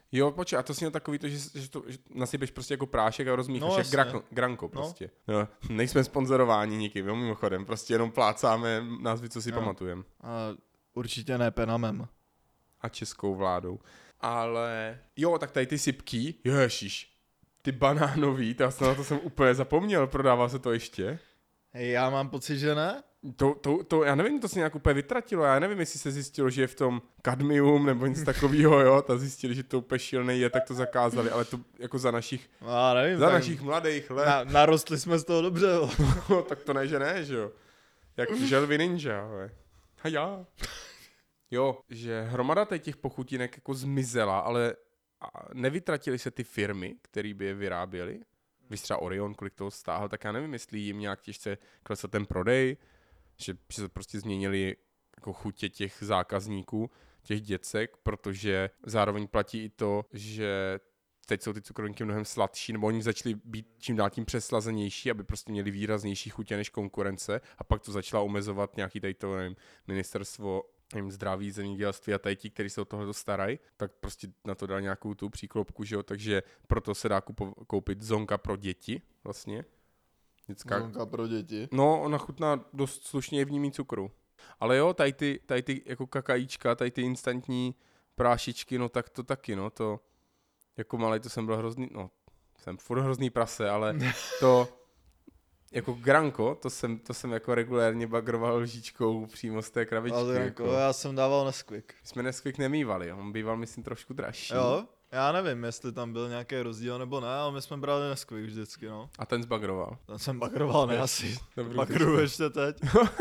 Jo, počkej, a to si měl takový to, že nasypeš prostě jako prášek a rozmícháš, No, jak granko prostě. No. Nejsme sponzorováni nikým, jo, mimochodem, prostě jenom plácáme názvy, co si pamatujeme. A určitě ne Penamem. A českou vládou. Ale jo, tak tady ty sypky, ježiš, ty banánový, na to jsem úplně zapomněl, prodává se to ještě? Hej, já mám pocit, že ne. To já nevím, to se nějak úplně vytratilo, já nevím, jestli se zjistilo, že je v tom kadmium nebo nic takového, jo, ta zjistili, že to úplně šílený je, tak to zakázali, ale to jako za našich, nevím, našich mladých let. Narostli jsme z toho dobře, jo. No, tak to ne, že jo. Jak želvy ninja, jo. A já. Jo, že hromada těch pochutinek jako zmizela, ale nevytratily se ty firmy, které by je vyráběly. Víš třeba Orion, kolik toho stáhl, tak já nevím, jestli jim nějak těžce klesl ten prodej, že se prostě změnili jako chutě těch zákazníků, těch děcek, protože zároveň platí i to, že teď jsou ty cukrovinky mnohem sladší, nebo oni začali být čím dál tím přeslazenější, aby prostě měli výraznější chutě než konkurence a pak to začala omezovat nějaký tady to, nevím, ministerstvo zdraví, zemědělství a tady ti, kteří se o tohle starají, tak prostě na to dá nějakou tu příklopku, že jo, takže proto se dá koupit zonka pro děti vlastně. Zonka pro děti? No, ona chutná dost slušně, je v ní mít cukru. Ale jo, tady ty jako kakaíčka, tady ty instantní prášičky, no tak to taky, no, to jako malej to jsem byl hrozný, no, jsem furt hrozný prase, ale to jako granko, to jsem jako regulérně bagroval lžičkou přímo z té krabičky. Ale jako. já jsem dával Nesquik. My jsme Nesquik nemývali, on býval myslím trošku dražší. Jo, já nevím, jestli tam byl nějaký rozdíl nebo ne, ale my jsme brali Nesquik vždycky, no. A ten zbagroval. Ten jsem bagroval, ne asi. Dobrý, Bagruju ještě teď.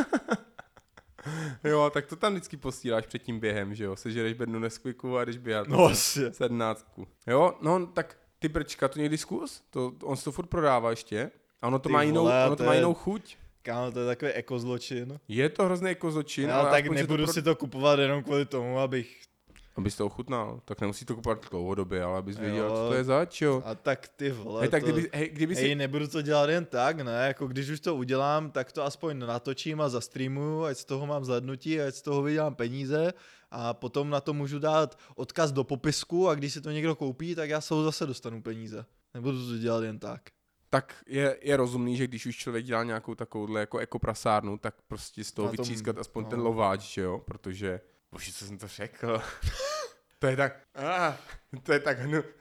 Jo, tak to tam vždycky posíláš před tím během, že jo, sežereš bednu Nesquiku a jdeš běhat. No asi. 17. Jo, no tak ty brčka, to někdy zkus, on se to furt prodává ještě. A ono to má jinou chuť. Kámo, to je takový ekozločin. Je to hrozný ekozločin. Ale tak nebudu si to kupovat jenom kvůli tomu, abys to ochutnal. Tak nemusí to kupovat dlouhodobě, ale abys věděl, co to je zač, jo. A tak ty vole, hej, tak kdyby si... nebudu to dělat jen tak, ne, jako když už to udělám, tak to aspoň natočím a zastreamuju, ať z toho mám zhlédnutí, ať z toho vydělám peníze a potom na to můžu dát odkaz do popisku a když si to někdo koupí, tak já z toho zase dostanu peníze. Nebudu to dělat jen tak. Tak je rozumný, že když už člověk dělá nějakou takovouhle jako ekoprasárnu, tak prostě z toho vytřískat aspoň ten lováč, že jo, protože, bože, co jsem to řekl, to je tak,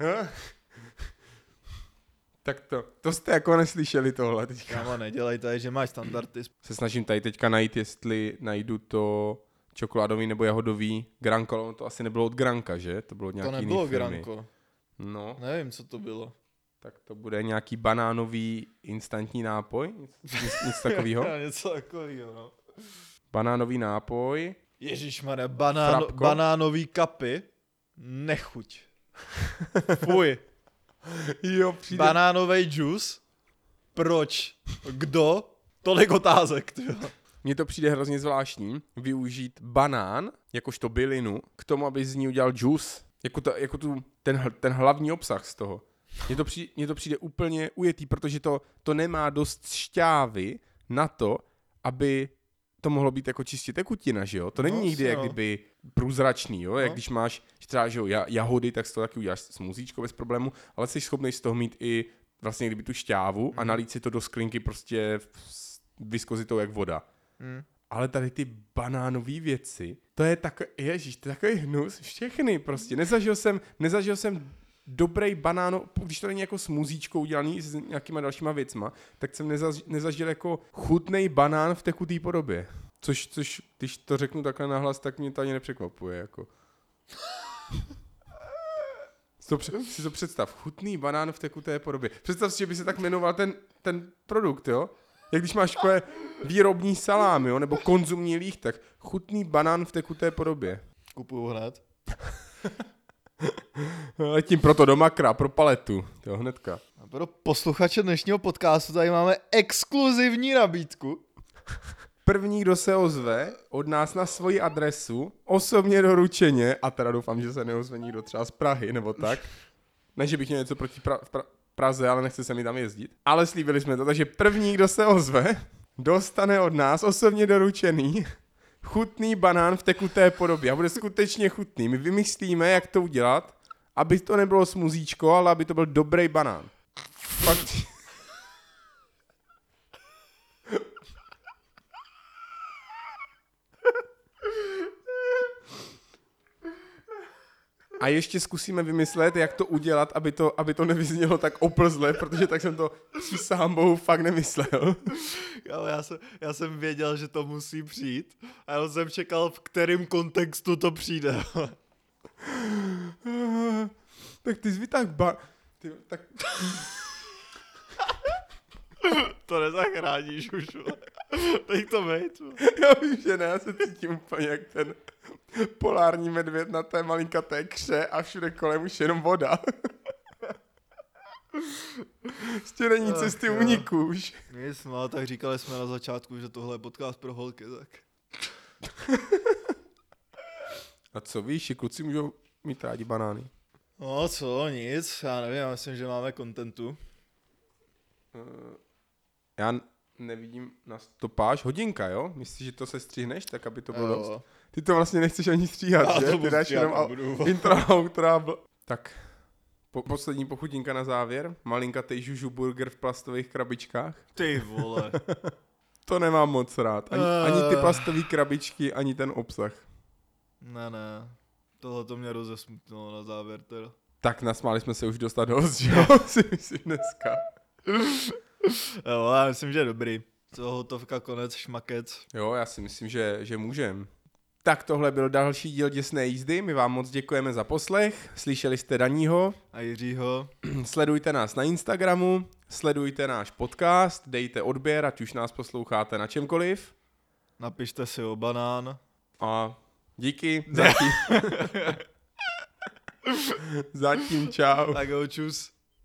tak to jste jako neslyšeli tohle teďka. Kámo, nedělej tady, že máš standardy. Se snažím tady teďka najít, jestli najdu to čokoládový nebo jahodový granko, ale to asi nebylo od Granka, že? To bylo nějaký jiný firmy. To nebylo Granko. No. Nevím, co to bylo. Tak to bude nějaký banánový instantní nápoj? Nic takového? Něco takového, no. Banánový nápoj. Ježišmarja, banánový kapy. Nechuť. Fuj. Jo, přijde. Banánový džus. Proč? Kdo? Tolik otázek, tyjo. Mně to přijde hrozně zvláštní využít banán, jakožto bylinu, k tomu, aby z ní udělal džus. Ten hlavní obsah z toho. Mně to přijde úplně ujetý, protože to nemá dost šťávy na to, aby to mohlo být jako čistě tekutina, že jo? To není nikdy jak kdyby průzračný, jo? Jak když máš třeba, že jo, jahody, tak z toho taky uděláš smuzíčko bez problému, ale jsi schopný z toho mít i vlastně kdyby tu šťávu a nalít si to do sklinky prostě viskozitou jak voda. Ale tady ty banánové věci, to je takový hnus, všechny prostě. Nezažil jsem dobrý banán, když to není jako smuzíčko udělaný s nějakýma dalšíma věcma, tak jsem nezažil jako chutnej banán v tekutý podobě. Což když to řeknu takhle nahlas, tak mě to ani nepřekvapuje. Jako. Si to představ, chutný banán v tekuté podobě. Představ si, že by se tak jmenoval ten produkt, jo? Jak když máš takové výrobní salám, jo? Nebo konzumní líh, tak chutný banán v tekuté podobě. Kupuju hned. Letím proto do makra, pro paletu. Jo, hnedka. A pro posluchače dnešního podcastu tady máme exkluzivní nabídku. První, kdo se ozve od nás na svoji adresu, osobně doručeně, a teda doufám, že se neozve nikdo třeba z Prahy, nebo tak. Ne, že bych měl něco proti Praze, ale nechce se mi tam jezdit. Ale slíbili jsme to, takže první, kdo se ozve, dostane od nás osobně doručený chutný banán v tekuté podobě. A bude skutečně chutný. My vymyslíme, jak to udělat aby to nebylo smuzíčko, ale aby to byl dobrý banán. Fakt. A ještě zkusíme vymyslet, jak to udělat, aby to nevyznělo tak oplzle, protože tak jsem to přísahám bohu fakt nemyslel. Já jsem věděl, že to musí přijít a já jsem čekal, v kterém kontextu to přijde. Tak ty jsi tak... To nezachráníš už. Teď to bejt. Já vím, že ne, já se cítím úplně jak ten polární medvěd na té malinkaté kře a všude kolem už jenom voda. Ještě není cesty úniku už. Nic, no, tak říkali jsme na začátku, že tohle je podcast pro holky, tak. A co víš, kluci můžou mít rádi banány. No co, nic, já nevím, já myslím, že máme kontentu. Já nevidím na stopáž. Hodinka, jo? Myslíš, že to se stříhneš, tak aby to bylo dost? Ty to vlastně nechceš ani stříhat, že? Ty dáš jenom intro, která byla... Tak, poslední pochutinka na závěr. Malinkatej žužu burger v plastových krabičkách. Ty vole. To nemám moc rád. Ani ty plastové krabičky, ani ten obsah. Ne. Tohle to mě rozesmutnilo na závěr teda. Tak nasmáli jsme se už dostat dost, že jo? Si myslím dneska. Jo, já myslím, že je dobrý. Co hotovka, konec, šmakec. Jo, já si myslím, že můžem. Tak tohle byl další díl Děsné jízdy. My vám moc děkujeme za poslech. Slyšeli jste Daního. A Jiřího. Sledujte nás na Instagramu, sledujte náš podcast, dejte odběr, ať už nás posloucháte na čemkoliv. Napište si o banán. A díky. Zatím čau. Tak jo, čus.